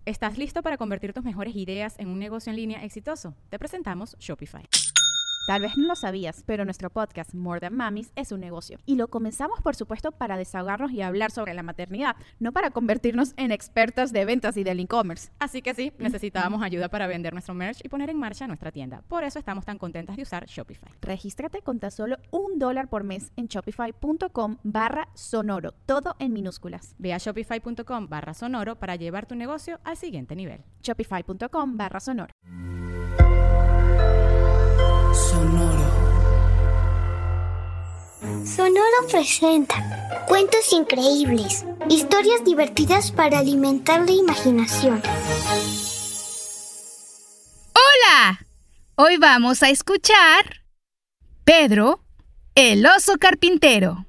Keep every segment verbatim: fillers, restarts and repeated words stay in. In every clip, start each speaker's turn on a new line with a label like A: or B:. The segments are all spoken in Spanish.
A: ¿Estás listo para convertir tus mejores ideas en un negocio en línea exitoso? Te presentamos Shopify.
B: Tal vez no lo sabías, pero nuestro podcast More Than Mamis es un negocio. Y lo comenzamos, por supuesto, para desahogarnos y hablar sobre la maternidad, no para convertirnos en expertas de ventas y del e-commerce.
A: Así que sí, necesitábamos ayuda para vender nuestro merch y poner en marcha nuestra tienda. Por eso estamos tan contentas de usar Shopify.
B: Regístrate con tan solo un dólar por mes en shopify.com barra sonoro, todo en minúsculas.
A: Ve a shopify.com barra sonoro para llevar tu negocio al siguiente nivel.
B: Shopify.com barra sonoro.
C: Sonoro.
D: Sonoro presenta cuentos increíbles, historias divertidas para alimentar la imaginación.
E: ¡Hola! Hoy vamos a escuchar Pedro, el oso carpintero.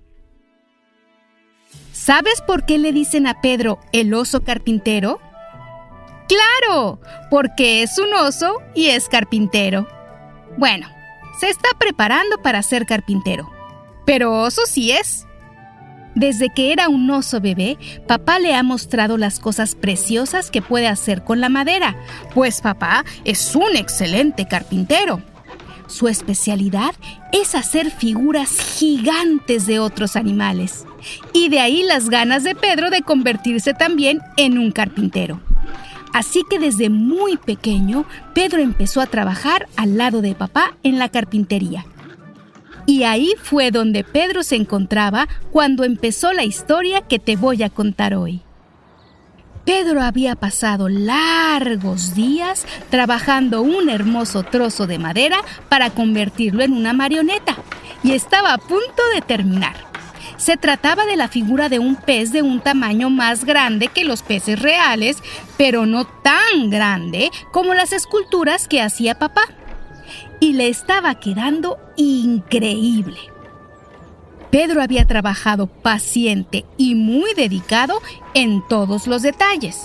E: ¿Sabes por qué le dicen a Pedro el oso carpintero? ¡Claro! Porque es un oso y es carpintero. Bueno, se está preparando para ser carpintero, pero oso sí es. Desde que era un oso bebé, papá le ha mostrado las cosas preciosas que puede hacer con la madera, pues papá es un excelente carpintero. Su especialidad es hacer figuras gigantes de otros animales, y de ahí las ganas de Pedro de convertirse también en un carpintero. Así que desde muy pequeño, Pedro empezó a trabajar al lado de papá en la carpintería. Y ahí fue donde Pedro se encontraba cuando empezó la historia que te voy a contar hoy. Pedro había pasado largos días trabajando un hermoso trozo de madera para convertirlo en una marioneta, y estaba a punto de terminar. Se trataba de la figura de un pez de un tamaño más grande que los peces reales, pero no tan grande como las esculturas que hacía papá. Y le estaba quedando increíble. Pedro había trabajado paciente y muy dedicado en todos los detalles.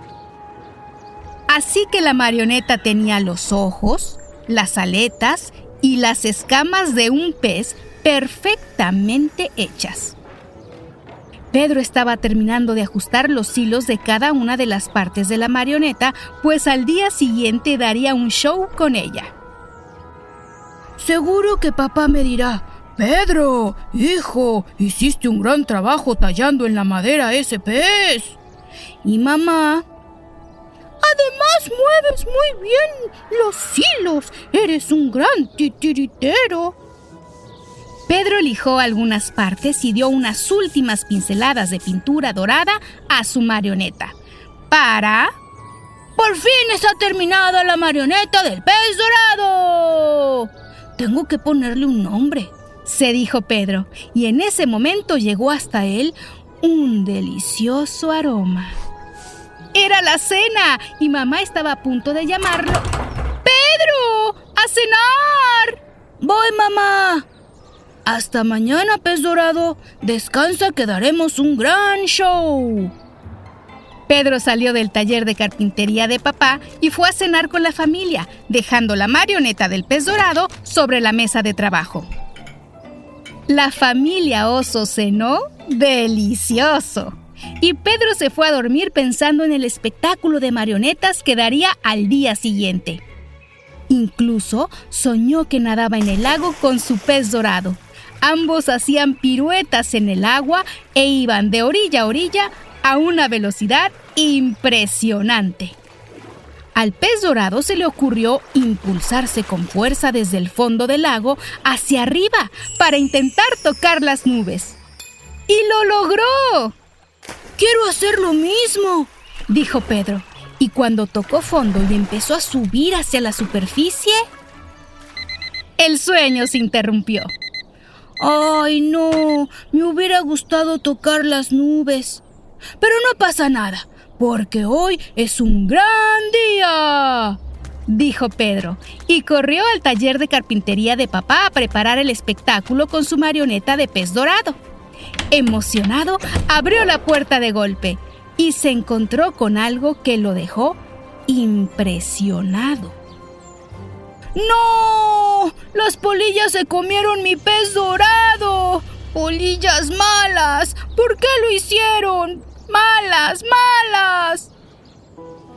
E: Así que la marioneta tenía los ojos, las aletas y las escamas de un pez perfectamente hechas. Pedro estaba terminando de ajustar los hilos de cada una de las partes de la marioneta, pues al día siguiente daría un show con ella.
F: Seguro que papá me dirá: Pedro, hijo, hiciste un gran trabajo tallando en la madera ese pez.
E: Y mamá:
F: además mueves muy bien los hilos, eres un gran titiritero.
E: Pedro lijó algunas partes y dio unas últimas pinceladas de pintura dorada a su marioneta. Para...
F: ¡Por fin está terminada la marioneta del pez dorado! Tengo que ponerle un nombre,
E: se dijo Pedro, y en ese momento llegó hasta él un delicioso aroma. Era la cena y mamá estaba a punto de llamarlo. ¡Pedro! ¡A cenar!
F: ¡Voy, mamá! Hasta mañana, pez dorado. Descansa que daremos un gran show.
E: Pedro salió del taller de carpintería de papá y fue a cenar con la familia, dejando la marioneta del pez dorado sobre la mesa de trabajo. La familia oso cenó delicioso. Y Pedro se fue a dormir pensando en el espectáculo de marionetas que daría al día siguiente. Incluso soñó que nadaba en el lago con su pez dorado. Ambos hacían piruetas en el agua e iban de orilla a orilla a una velocidad impresionante. Al pez dorado se le ocurrió impulsarse con fuerza desde el fondo del lago hacia arriba para intentar tocar las nubes. ¡Y lo logró!
F: ¡Quiero hacer lo mismo!,
E: dijo Pedro. Y cuando tocó fondo y empezó a subir hacia la superficie, el sueño se interrumpió.
F: ¡Ay, no! Me hubiera gustado tocar las nubes. Pero no pasa nada, porque hoy es un gran día,
E: dijo Pedro, y corrió al taller de carpintería de papá a preparar el espectáculo con su marioneta de pez dorado. Emocionado, abrió la puerta de golpe y se encontró con algo que lo dejó impresionado.
F: ¡No! ¡Las polillas se comieron mi pez dorado! ¡Polillas malas! ¿Por qué lo hicieron? ¡Malas, malas!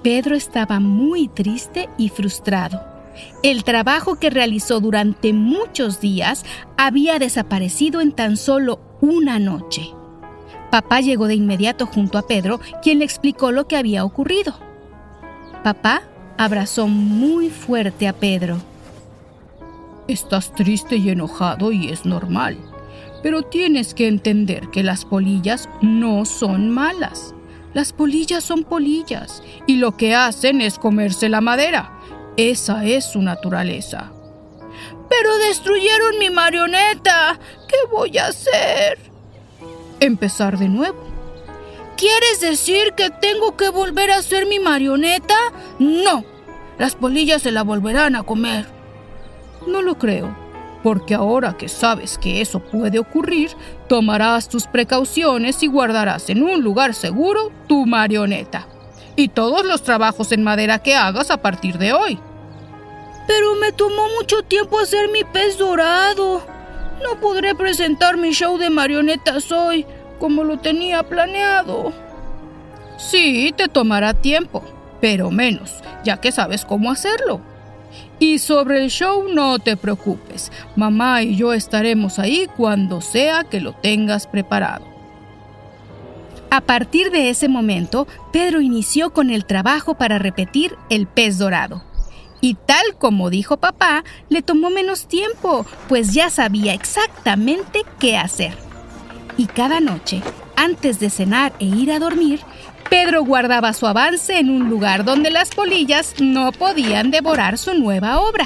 E: Pedro estaba muy triste y frustrado. El trabajo que realizó durante muchos días había desaparecido en tan solo una noche. Papá llegó de inmediato junto a Pedro, quien le explicó lo que había ocurrido. Papá abrazó muy fuerte a Pedro.
F: Estás triste y enojado y es normal, pero tienes que entender que las polillas no son malas. Las polillas son polillas y lo que hacen es comerse la madera. Esa es su naturaleza.
E: Pero destruyeron mi marioneta. ¿Qué voy a hacer?
F: Empezar de nuevo.
E: ¿Quieres decir que tengo que volver a ser mi marioneta?
F: No, las polillas se la volverán a comer. No lo creo, porque ahora que sabes que eso puede ocurrir, tomarás tus precauciones y guardarás en un lugar seguro tu marioneta y todos los trabajos en madera que hagas a partir de hoy.
E: Pero me tomó mucho tiempo hacer mi pez dorado. No podré presentar mi show de marionetas hoy, como lo tenía planeado.
F: Sí, te tomará tiempo, pero menos, ya que sabes cómo hacerlo. Y sobre el show no te preocupes, mamá y yo estaremos ahí cuando sea que lo tengas preparado.
E: A partir de ese momento, Pedro inició con el trabajo para repetir el pez dorado. Y tal como dijo papá, le tomó menos tiempo, pues ya sabía exactamente qué hacer. Y cada noche, antes de cenar e ir a dormir, Pedro guardaba su avance en un lugar donde las polillas no podían devorar su nueva obra.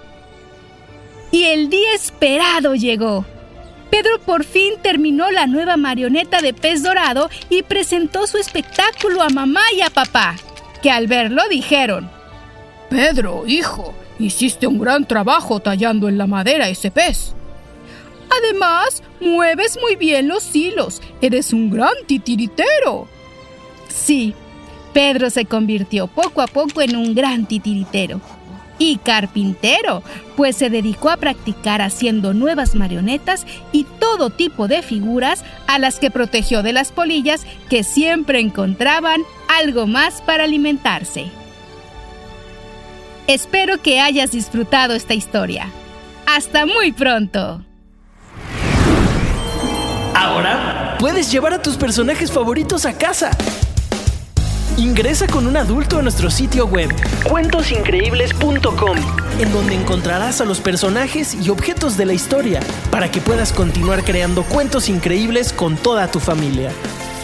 E: Y el día esperado llegó. Pedro por fin terminó la nueva marioneta de pez dorado y presentó su espectáculo a mamá y a papá, que al verlo dijeron:
F: Pedro, hijo, hiciste un gran trabajo tallando en la madera ese pez. Además, mueves muy bien los hilos. Eres un gran titiritero.
E: Sí, Pedro se convirtió poco a poco en un gran titiritero y carpintero, pues se dedicó a practicar haciendo nuevas marionetas y todo tipo de figuras a las que protegió de las polillas que siempre encontraban algo más para alimentarse. Espero que hayas disfrutado esta historia. ¡Hasta muy pronto!
G: Ahora puedes llevar a tus personajes favoritos a casa. Ingresa con un adulto a nuestro sitio web cuentos increíbles punto com, en donde encontrarás a los personajes y objetos de la historia para que puedas continuar creando cuentos increíbles con toda tu familia.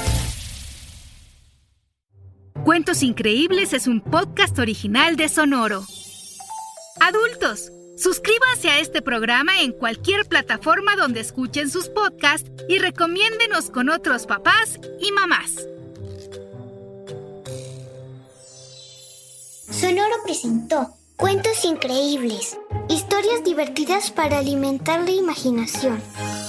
E: Cuentos Increíbles es un podcast original de Sonoro. Adultos, suscríbanse a este programa en cualquier plataforma donde escuchen sus podcasts y recomiéndenos con otros papás y mamás.
D: Sonoro presentó Cuentos Increíbles, historias divertidas para alimentar la imaginación.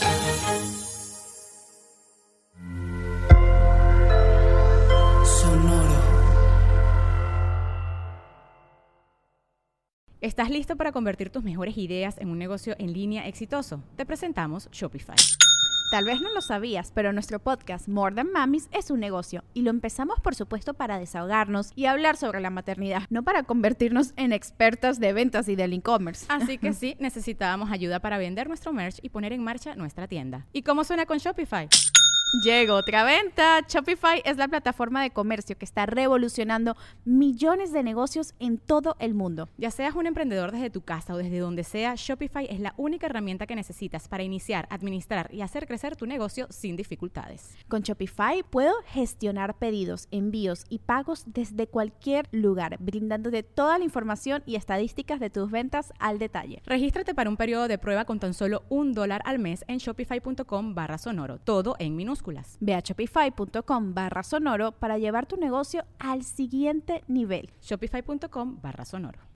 C: Sonoro.
A: ¿Estás listo para convertir tus mejores ideas en un negocio en línea exitoso? Te presentamos Shopify.
B: Tal vez no lo sabías, pero nuestro podcast More Than Mamis es un negocio y lo empezamos por supuesto para desahogarnos y hablar sobre la maternidad, no para convertirnos en expertas de ventas y del e-commerce.
A: Así que sí, necesitábamos ayuda para vender nuestro merch y poner en marcha nuestra tienda. ¿Y cómo suena con Shopify?
B: Llegó otra venta. Shopify es la plataforma de comercio que está revolucionando millones de negocios en todo el mundo.
A: Ya seas un emprendedor desde tu casa o desde donde sea, Shopify es la única herramienta que necesitas para iniciar, administrar y hacer crecer tu negocio sin dificultades.
B: Con Shopify puedo gestionar pedidos, envíos y pagos desde cualquier lugar, brindándote toda la información y estadísticas de tus ventas al detalle.
A: Regístrate para un periodo de prueba con tan solo un dólar al mes en shopify.com barra sonoro, todo en minúsculas.
B: Ve a shopify.com barra sonoro para llevar tu negocio al siguiente nivel.
A: Shopify.com barra sonoro.